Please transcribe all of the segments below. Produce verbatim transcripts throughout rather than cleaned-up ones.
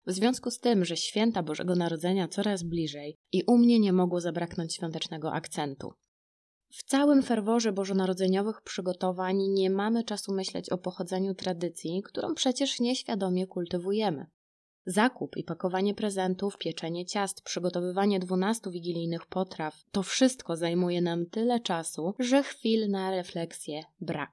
W związku z tym, że święta Bożego Narodzenia coraz bliżej i u mnie nie mogło zabraknąć świątecznego akcentu. W całym ferworze bożonarodzeniowych przygotowań nie mamy czasu myśleć o pochodzeniu tradycji, którą przecież nieświadomie kultywujemy. Zakup i pakowanie prezentów, pieczenie ciast, przygotowywanie dwunastu wigilijnych potraw – to wszystko zajmuje nam tyle czasu, że chwil na refleksję brak.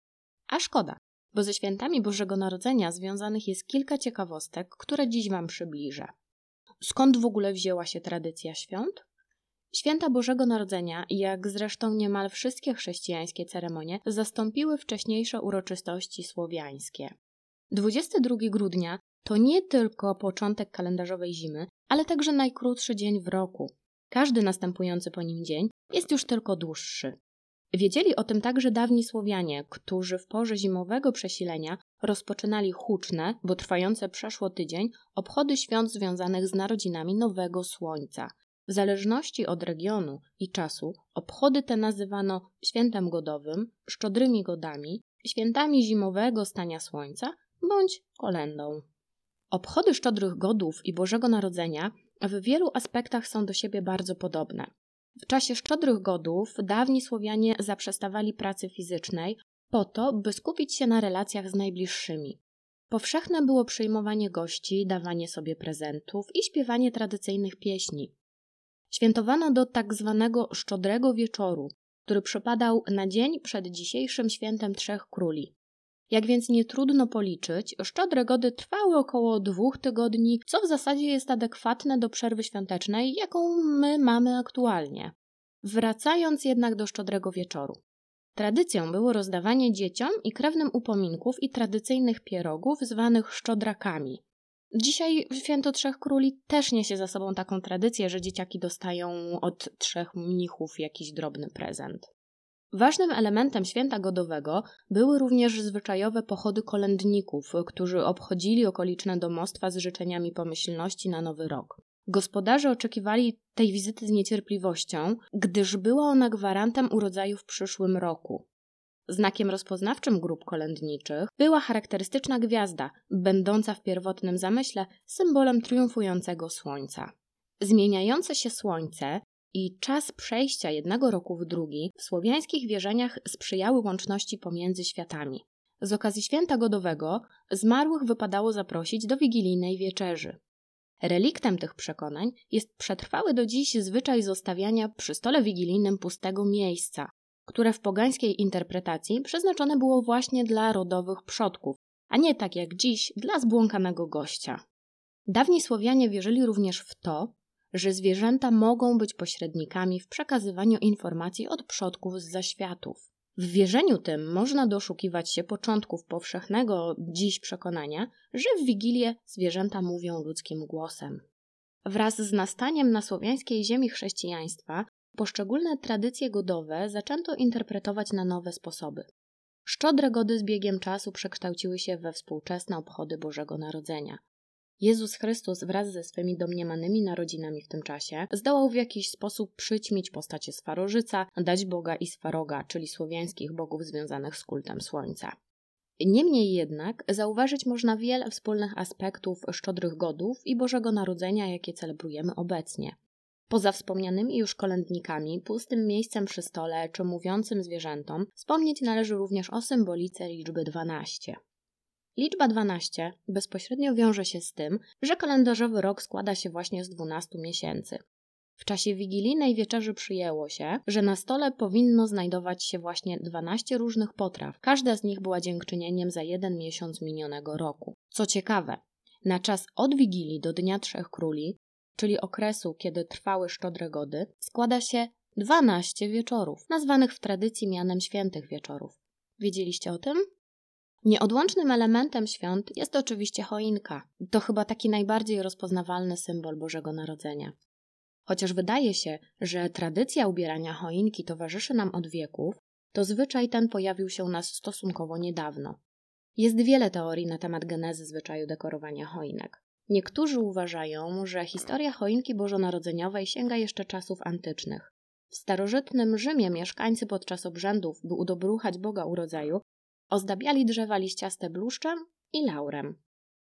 A szkoda, bo ze świętami Bożego Narodzenia związanych jest kilka ciekawostek, które dziś Wam przybliżę. Skąd w ogóle wzięła się tradycja świąt? Święta Bożego Narodzenia, jak zresztą niemal wszystkie chrześcijańskie ceremonie, zastąpiły wcześniejsze uroczystości słowiańskie. dwudziestego drugiego grudnia to nie tylko początek kalendarzowej zimy, ale także najkrótszy dzień w roku. Każdy następujący po nim dzień jest już tylko dłuższy. Wiedzieli o tym także dawni Słowianie, którzy w porze zimowego przesilenia rozpoczynali huczne, bo trwające przeszło tydzień, obchody świąt związanych z narodzinami nowego słońca. W zależności od regionu i czasu obchody te nazywano świętem godowym, szczodrymi godami, świętami zimowego stania słońca bądź kolędą. Obchody szczodrych godów i Bożego Narodzenia w wielu aspektach są do siebie bardzo podobne. W czasie szczodrych godów dawni Słowianie zaprzestawali pracy fizycznej po to, by skupić się na relacjach z najbliższymi. Powszechne było przyjmowanie gości, dawanie sobie prezentów i śpiewanie tradycyjnych pieśni. Świętowano do tak zwanego szczodrego wieczoru, który przypadał na dzień przed dzisiejszym świętem Trzech Króli. Jak więc nie trudno policzyć, szczodre gody trwały około dwóch tygodni, co w zasadzie jest adekwatne do przerwy świątecznej, jaką my mamy aktualnie. Wracając jednak do szczodrego wieczoru. Tradycją było rozdawanie dzieciom i krewnym upominków i tradycyjnych pierogów zwanych szczodrakami. Dzisiaj święto Trzech Króli też niesie za sobą taką tradycję, że dzieciaki dostają od trzech mnichów jakiś drobny prezent. Ważnym elementem święta godowego były również zwyczajowe pochody kolędników, którzy obchodzili okoliczne domostwa z życzeniami pomyślności na nowy rok. Gospodarze oczekiwali tej wizyty z niecierpliwością, gdyż była ona gwarantem urodzaju w przyszłym roku. Znakiem rozpoznawczym grup kolędniczych była charakterystyczna gwiazda, będąca w pierwotnym zamyśle symbolem triumfującego słońca. Zmieniające się słońce i czas przejścia jednego roku w drugi w słowiańskich wierzeniach sprzyjały łączności pomiędzy światami. Z okazji święta godowego zmarłych wypadało zaprosić do wigilijnej wieczerzy. Reliktem tych przekonań jest przetrwały do dziś zwyczaj zostawiania przy stole wigilijnym pustego miejsca, które w pogańskiej interpretacji przeznaczone było właśnie dla rodowych przodków, a nie tak jak dziś dla zbłąkanego gościa. Dawni Słowianie wierzyli również w to, że zwierzęta mogą być pośrednikami w przekazywaniu informacji od przodków z zaświatów. W wierzeniu tym można doszukiwać się początków powszechnego dziś przekonania, że w Wigilię zwierzęta mówią ludzkim głosem. Wraz z nastaniem na słowiańskiej ziemi chrześcijaństwa poszczególne tradycje godowe zaczęto interpretować na nowe sposoby. Szczodre gody z biegiem czasu przekształciły się we współczesne obchody Bożego Narodzenia. Jezus Chrystus wraz ze swymi domniemanymi narodzinami w tym czasie zdołał w jakiś sposób przyćmić postacie Swarożyca, dać Boga i Swaroga, czyli słowiańskich bogów związanych z kultem słońca. Niemniej jednak zauważyć można wiele wspólnych aspektów szczodrych godów i Bożego Narodzenia, jakie celebrujemy obecnie. Poza wspomnianymi już kolędnikami, pustym miejscem przy stole czy mówiącym zwierzętom, wspomnieć należy również o symbolice liczby dwanaście. Liczba dwanaście bezpośrednio wiąże się z tym, że kalendarzowy rok składa się właśnie z dwunastu miesięcy. W czasie wigilijnej wieczerzy przyjęło się, że na stole powinno znajdować się właśnie dwanaście różnych potraw. Każda z nich była dziękczynieniem za jeden miesiąc minionego roku. Co ciekawe, na czas od Wigilii do Dnia Trzech Króli, czyli okresu, kiedy trwały szczodre gody, składa się dwanaście wieczorów, nazwanych w tradycji mianem świętych wieczorów. Wiedzieliście o tym? Nieodłącznym elementem świąt jest oczywiście choinka. To chyba taki najbardziej rozpoznawalny symbol Bożego Narodzenia. Chociaż wydaje się, że tradycja ubierania choinki towarzyszy nam od wieków, to zwyczaj ten pojawił się u nas stosunkowo niedawno. Jest wiele teorii na temat genezy zwyczaju dekorowania choinek. Niektórzy uważają, że historia choinki bożonarodzeniowej sięga jeszcze czasów antycznych. W starożytnym Rzymie mieszkańcy podczas obrzędów, by udobruchać Boga urodzaju, ozdabiali drzewa liściaste bluszczem i laurem.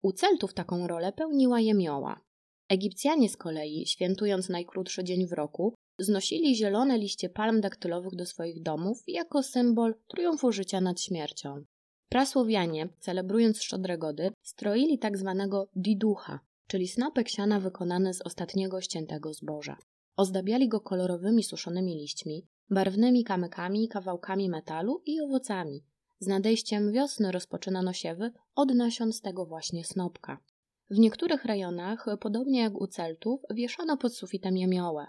U Celtów taką rolę pełniła jemioła. Egipcjanie z kolei, świętując najkrótszy dzień w roku, znosili zielone liście palm daktylowych do swoich domów jako symbol triumfu życia nad śmiercią. Prasłowianie, celebrując Szczodre-Gody, stroili tak zwanego diducha, czyli snopek siana wykonany z ostatniego ściętego zboża. Ozdabiali go kolorowymi suszonymi liśćmi, barwnymi kamykami, kawałkami metalu i owocami. Z nadejściem wiosny rozpoczynano siewy od nasion z tego właśnie snopka. W niektórych rejonach, podobnie jak u Celtów, wieszano pod sufitem jemiołę.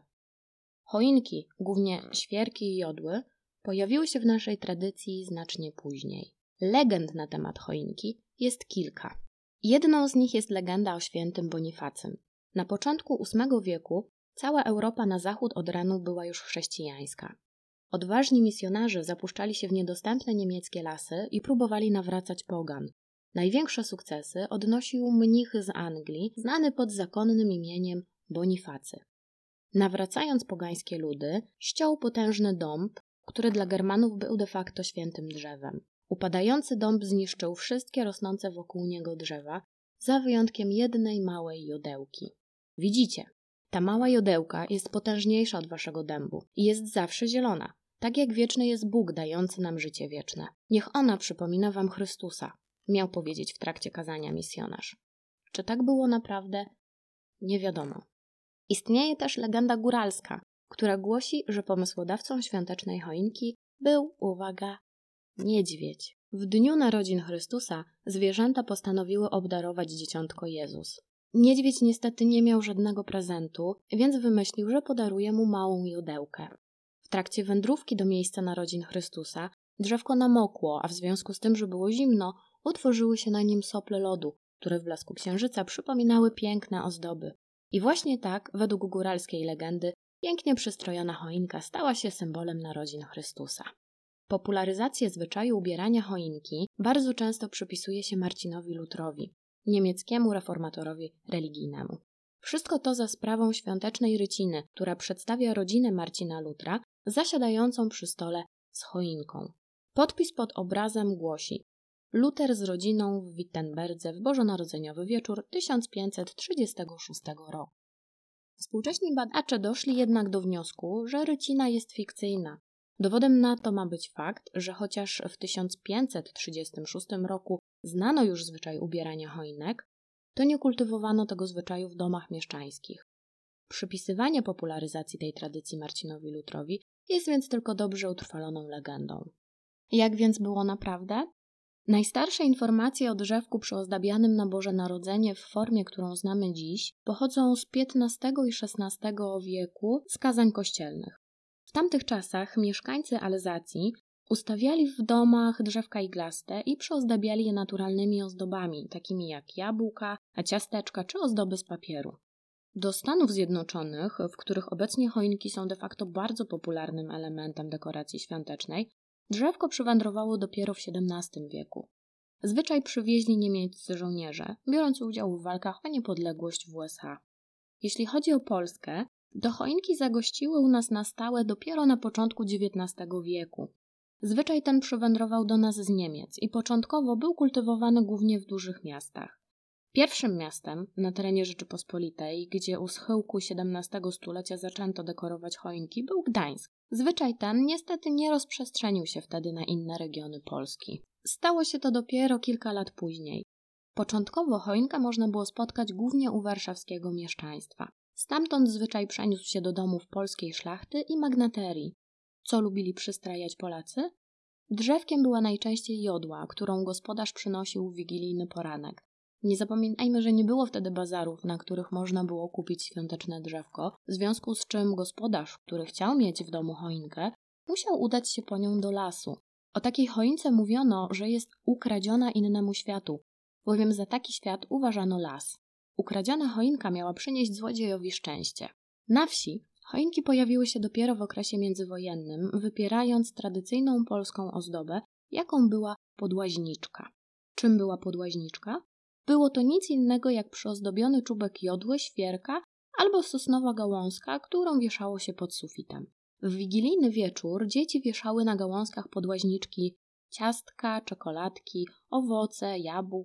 Choinki, głównie świerki i jodły, pojawiły się w naszej tradycji znacznie później. Legend na temat choinki jest kilka. Jedną z nich jest legenda o świętym Bonifacym. Na początku ósmego wieku cała Europa na zachód od Renu była już chrześcijańska. Odważni misjonarze zapuszczali się w niedostępne niemieckie lasy i próbowali nawracać pogan. Największe sukcesy odnosił mnich z Anglii, znany pod zakonnym imieniem Bonifacy. Nawracając pogańskie ludy, ściął potężny dąb, który dla Germanów był de facto świętym drzewem. Upadający dąb zniszczył wszystkie rosnące wokół niego drzewa, za wyjątkiem jednej małej jodełki. Widzicie, ta mała jodełka jest potężniejsza od waszego dębu i jest zawsze zielona, tak jak wieczny jest Bóg dający nam życie wieczne. Niech ona przypomina wam Chrystusa, miał powiedzieć w trakcie kazania misjonarz. Czy tak było naprawdę? Nie wiadomo. Istnieje też legenda góralska, która głosi, że pomysłodawcą świątecznej choinki był, uwaga, niedźwiedź. W dniu narodzin Chrystusa zwierzęta postanowiły obdarować dzieciątko Jezus. Niedźwiedź niestety nie miał żadnego prezentu, więc wymyślił, że podaruje mu małą jodełkę. W trakcie wędrówki do miejsca narodzin Chrystusa drzewko namokło, a w związku z tym, że było zimno, utworzyły się na nim sople lodu, które w blasku księżyca przypominały piękne ozdoby. I właśnie tak, według góralskiej legendy, pięknie przystrojona choinka stała się symbolem narodzin Chrystusa. Popularyzację zwyczaju ubierania choinki bardzo często przypisuje się Marcinowi Lutrowi, niemieckiemu reformatorowi religijnemu. Wszystko to za sprawą świątecznej ryciny, która przedstawia rodzinę Marcina Lutra zasiadającą przy stole z choinką. Podpis pod obrazem głosi: Luter z rodziną w Wittenberdze w bożonarodzeniowy wieczór tysiąc pięćset trzydziestego szóstego roku. Współcześni badacze doszli jednak do wniosku, że rycina jest fikcyjna. Dowodem na to ma być fakt, że chociaż w tysiąc pięćset trzydziestym szóstym roku znano już zwyczaj ubierania choinek, to nie kultywowano tego zwyczaju w domach mieszczańskich. Przypisywanie popularyzacji tej tradycji Marcinowi Lutrowi jest więc tylko dobrze utrwaloną legendą. Jak więc było naprawdę? Najstarsze informacje o drzewku przyozdabianym na Boże Narodzenie w formie, którą znamy dziś, pochodzą z piętnastego i szesnastego wieku z kazań kościelnych. W tamtych czasach mieszkańcy Alzacji ustawiali w domach drzewka iglaste i przyozdabiali je naturalnymi ozdobami, takimi jak jabłka, a ciasteczka czy ozdoby z papieru. Do Stanów Zjednoczonych, w których obecnie choinki są de facto bardzo popularnym elementem dekoracji świątecznej, drzewko przywędrowało dopiero w siedemnastym wieku. Zwyczaj przywieźli niemieccy żołnierze, biorąc udział w walkach o niepodległość w U S A. Jeśli chodzi o Polskę, to choinki zagościły u nas na stałe dopiero na początku dziewiętnastego wieku. Zwyczaj ten przywędrował do nas z Niemiec i początkowo był kultywowany głównie w dużych miastach. Pierwszym miastem na terenie Rzeczypospolitej, gdzie u schyłku siedemnastego stulecia zaczęto dekorować choinki, był Gdańsk. Zwyczaj ten niestety nie rozprzestrzenił się wtedy na inne regiony Polski. Stało się to dopiero kilka lat później. Początkowo choinkę można było spotkać głównie u warszawskiego mieszczaństwa. Stamtąd zwyczaj przeniósł się do domów polskiej szlachty i magnaterii. Co lubili przystrajać Polacy? Drzewkiem była najczęściej jodła, którą gospodarz przynosił w wigilijny poranek. Nie zapominajmy, że nie było wtedy bazarów, na których można było kupić świąteczne drzewko, w związku z czym gospodarz, który chciał mieć w domu choinkę, musiał udać się po nią do lasu. O takiej choince mówiono, że jest ukradziona innemu światu, bowiem za taki świat uważano las. Ukradziona choinka miała przynieść złodziejowi szczęście. Na wsi choinki pojawiły się dopiero w okresie międzywojennym, wypierając tradycyjną polską ozdobę, jaką była podłaźniczka. Czym była podłaźniczka? Było to nic innego jak przyozdobiony czubek jodły, świerka albo sosnowa gałązka, którą wieszało się pod sufitem. W wigilijny wieczór dzieci wieszały na gałązkach podłaźniczki ciastka, czekoladki, owoce, jabłka,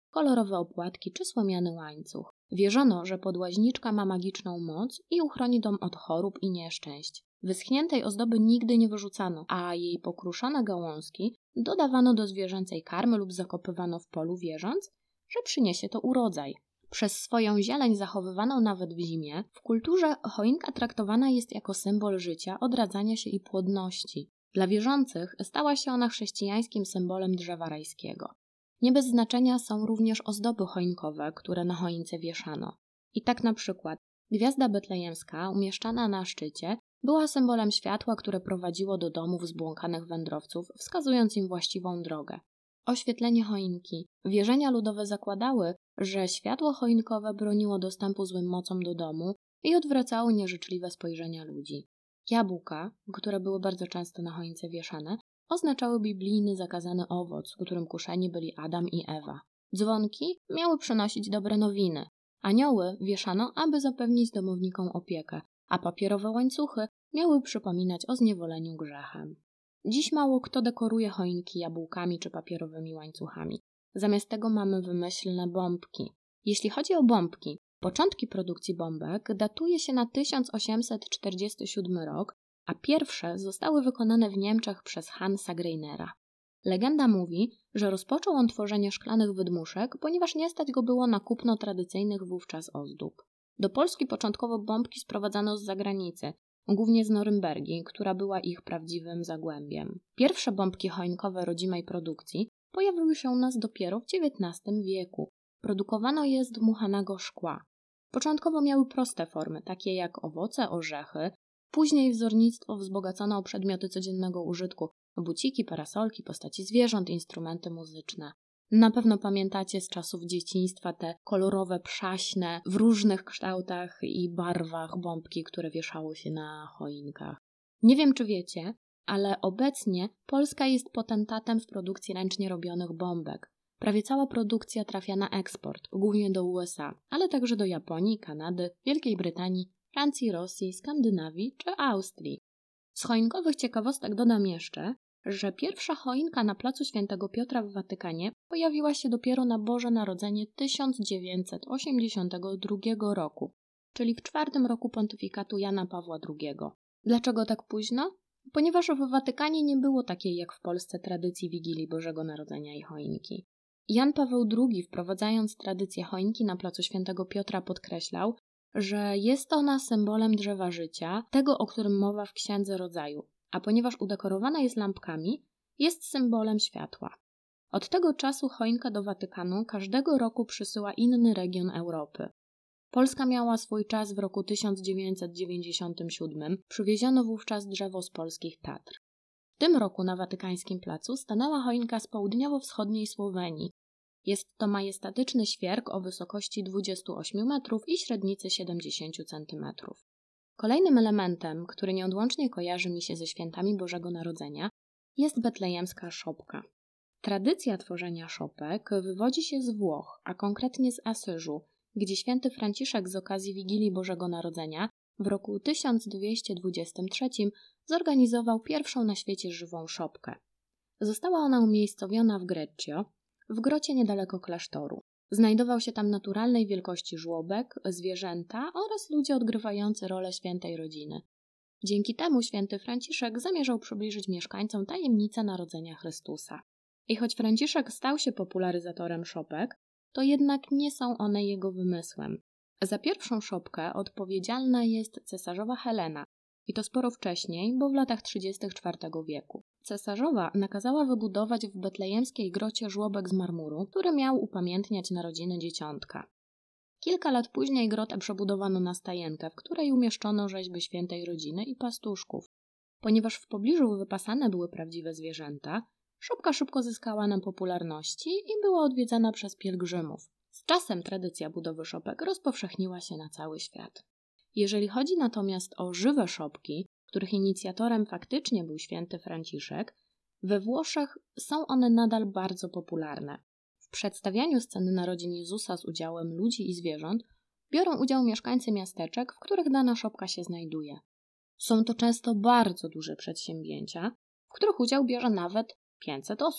kolorowe opłatki czy słomiany łańcuch. Wierzono, że podłaźniczka ma magiczną moc i uchroni dom od chorób i nieszczęść. Wyschniętej ozdoby nigdy nie wyrzucano, a jej pokruszone gałązki dodawano do zwierzęcej karmy lub zakopywano w polu, wierząc, że przyniesie to urodzaj. Przez swoją zieleń zachowywaną nawet w zimie, w kulturze choinka traktowana jest jako symbol życia, odradzania się i płodności. Dla wierzących stała się ona chrześcijańskim symbolem drzewa rajskiego. Nie bez znaczenia są również ozdoby choinkowe, które na choince wieszano. I tak na przykład gwiazda betlejemska umieszczana na szczycie była symbolem światła, które prowadziło do domów zbłąkanych wędrowców, wskazując im właściwą drogę. Oświetlenie choinki. Wierzenia ludowe zakładały, że światło choinkowe broniło dostępu złym mocom do domu i odwracało nieżyczliwe spojrzenia ludzi. Jabłka, które były bardzo często na choince wieszane, oznaczały biblijny zakazany owoc, którym kuszeni byli Adam i Ewa. Dzwonki miały przynosić dobre nowiny. Anioły wieszano, aby zapewnić domownikom opiekę, a papierowe łańcuchy miały przypominać o zniewoleniu grzechem. Dziś mało kto dekoruje choinki jabłkami czy papierowymi łańcuchami. Zamiast tego mamy wymyślne bombki. Jeśli chodzi o bombki, początki produkcji bombek datuje się na tysiąc osiemset czterdziesty siódmy rok, a pierwsze zostały wykonane w Niemczech przez Hansa Greinera. Legenda mówi, że rozpoczął on tworzenie szklanych wydmuszek, ponieważ nie stać go było na kupno tradycyjnych wówczas ozdób. Do Polski początkowo bombki sprowadzano z zagranicy, głównie z Norymbergi, która była ich prawdziwym zagłębiem. Pierwsze bombki choinkowe rodzimej produkcji pojawiły się u nas dopiero w dziewiętnastym wieku. Produkowano je z dmuchanego szkła. Początkowo miały proste formy, takie jak owoce, orzechy. Później wzornictwo wzbogacono o przedmioty codziennego użytku, buciki, parasolki, postaci zwierząt, instrumenty muzyczne. Na pewno pamiętacie z czasów dzieciństwa te kolorowe, przaśne, w różnych kształtach i barwach bombki, które wieszało się na choinkach. Nie wiem, czy wiecie, ale obecnie Polska jest potentatem w produkcji ręcznie robionych bombek. Prawie cała produkcja trafia na eksport, głównie do U S A, ale także do Japonii, Kanady, Wielkiej Brytanii, Francji, Rosji, Skandynawii czy Austrii. Z choinkowych ciekawostek dodam jeszcze, że pierwsza choinka na placu Świętego Piotra w Watykanie pojawiła się dopiero na Boże Narodzenie tysiąc dziewięćset osiemdziesiątego drugiego roku, czyli w czwartym roku pontyfikatu Jana Pawła drugiego. Dlaczego tak późno? Ponieważ w Watykanie nie było takiej jak w Polsce tradycji Wigilii Bożego Narodzenia i choinki. Jan Paweł drugi, wprowadzając tradycję choinki na placu Świętego Piotra, podkreślał, że jest ona symbolem drzewa życia, tego, o którym mowa w Księdze Rodzaju, a ponieważ udekorowana jest lampkami, jest symbolem światła. Od tego czasu choinka do Watykanu każdego roku przysyła inny region Europy. Polska miała swój czas w roku tysiąc dziewięćset dziewięćdziesiątym siódmym, przywieziono wówczas drzewo z polskich Tatr. W tym roku na Watykańskim Placu stanęła choinka z południowo-wschodniej Słowenii. Jest to majestatyczny świerk o wysokości dwudziestu ośmiu metrów i średnicy siedemdziesięciu centymetrów. Kolejnym elementem, który nieodłącznie kojarzy mi się ze świętami Bożego Narodzenia, jest betlejemska szopka. Tradycja tworzenia szopek wywodzi się z Włoch, a konkretnie z Asyżu, gdzie święty Franciszek z okazji Wigilii Bożego Narodzenia w roku tysiąc dwieście dwudziestym trzecim zorganizował pierwszą na świecie żywą szopkę. Została ona umiejscowiona w Greccio, w grocie niedaleko klasztoru. Znajdował się tam naturalnej wielkości żłobek, zwierzęta oraz ludzie odgrywający rolę świętej rodziny. Dzięki temu święty Franciszek zamierzał przybliżyć mieszkańcom tajemnicę narodzenia Chrystusa. I choć Franciszek stał się popularyzatorem szopek, to jednak nie są one jego wymysłem. Za pierwszą szopkę odpowiedzialna jest cesarzowa Helena, i to sporo wcześniej, bo w latach trzydziestych czwartego wieku. Cesarzowa nakazała wybudować w betlejemskiej grocie żłobek z marmuru, który miał upamiętniać narodziny dzieciątka. Kilka lat później grotę przebudowano na stajenkę, w której umieszczono rzeźby świętej rodziny i pastuszków. Ponieważ w pobliżu wypasane były prawdziwe zwierzęta, szopka szybko zyskała na popularności i była odwiedzana przez pielgrzymów. Z czasem tradycja budowy szopek rozpowszechniła się na cały świat. Jeżeli chodzi natomiast o żywe szopki, których inicjatorem faktycznie był święty Franciszek, we Włoszech są one nadal bardzo popularne. W przedstawianiu sceny narodzin Jezusa z udziałem ludzi i zwierząt biorą udział mieszkańcy miasteczek, w których dana szopka się znajduje. Są to często bardzo duże przedsięwzięcia, w których udział bierze nawet pięćset osób.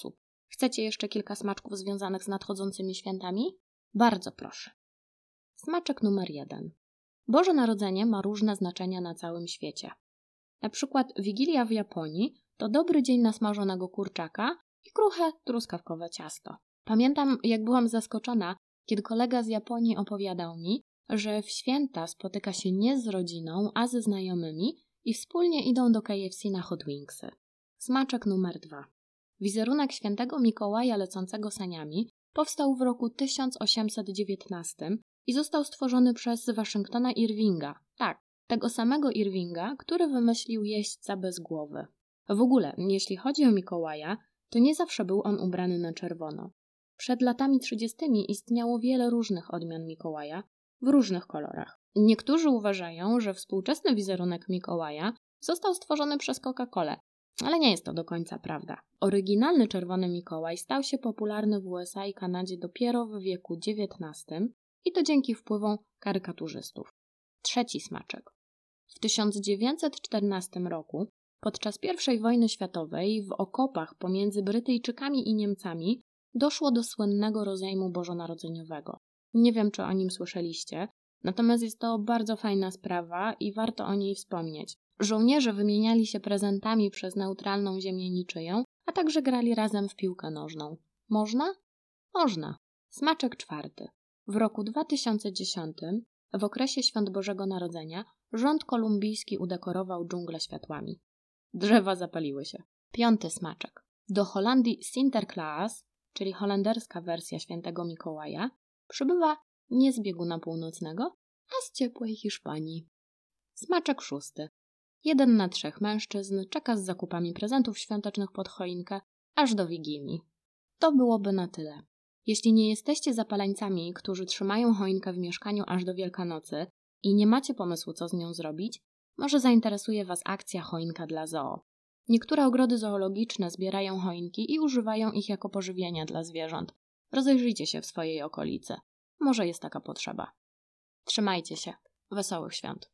Chcecie jeszcze kilka smaczków związanych z nadchodzącymi świętami? Bardzo proszę. Smaczek numer jeden. Boże Narodzenie ma różne znaczenia na całym świecie. Na przykład Wigilia w Japonii to dobry dzień na smażonego kurczaka i kruche, truskawkowe ciasto. Pamiętam, jak byłam zaskoczona, kiedy kolega z Japonii opowiadał mi, że w święta spotyka się nie z rodziną, a ze znajomymi i wspólnie idą do K F C na hot wingsy. Smaczek numer dwa. Wizerunek świętego Mikołaja lecącego saniami powstał w roku tysiąc osiemset dziewiętnastym i został stworzony przez Waszyngtona Irvinga. Tak, tego samego Irvinga, który wymyślił jeźdźca bez głowy. W ogóle, jeśli chodzi o Mikołaja, to nie zawsze był on ubrany na czerwono. Przed latami trzydziestymi istniało wiele różnych odmian Mikołaja w różnych kolorach. Niektórzy uważają, że współczesny wizerunek Mikołaja został stworzony przez Coca-Colę, ale nie jest to do końca prawda. Oryginalny czerwony Mikołaj stał się popularny w U S A i Kanadzie dopiero w wieku dziewiętnastym i to dzięki wpływom karykaturzystów. Trzeci smaczek. W tysiąc dziewięćset czternastym roku, podczas pierwszej wojny światowej, w okopach pomiędzy Brytyjczykami i Niemcami doszło do słynnego rozejmu bożonarodzeniowego. Nie wiem, czy o nim słyszeliście, natomiast jest to bardzo fajna sprawa i warto o niej wspomnieć. Żołnierze wymieniali się prezentami przez neutralną ziemię niczyją, a także grali razem w piłkę nożną. Można? Można. Smaczek czwarty. W roku dwa tysiące dziesiątym, w okresie Świąt Bożego Narodzenia, rząd kolumbijski udekorował dżunglę światłami. Drzewa zapaliły się. Piąty smaczek. Do Holandii Sinterklaas, czyli holenderska wersja Świętego Mikołaja, przybywa nie z bieguna północnego, a z ciepłej Hiszpanii. Smaczek szósty. Jeden na trzech mężczyzn czeka z zakupami prezentów świątecznych pod choinkę aż do Wigilii. To byłoby na tyle. Jeśli nie jesteście zapaleńcami, którzy trzymają choinkę w mieszkaniu aż do Wielkanocy i nie macie pomysłu, co z nią zrobić, może zainteresuje Was akcja Choinka dla Zoo. Niektóre ogrody zoologiczne zbierają choinki i używają ich jako pożywienia dla zwierząt. Rozejrzyjcie się w swojej okolicy. Może jest taka potrzeba. Trzymajcie się. Wesołych świąt.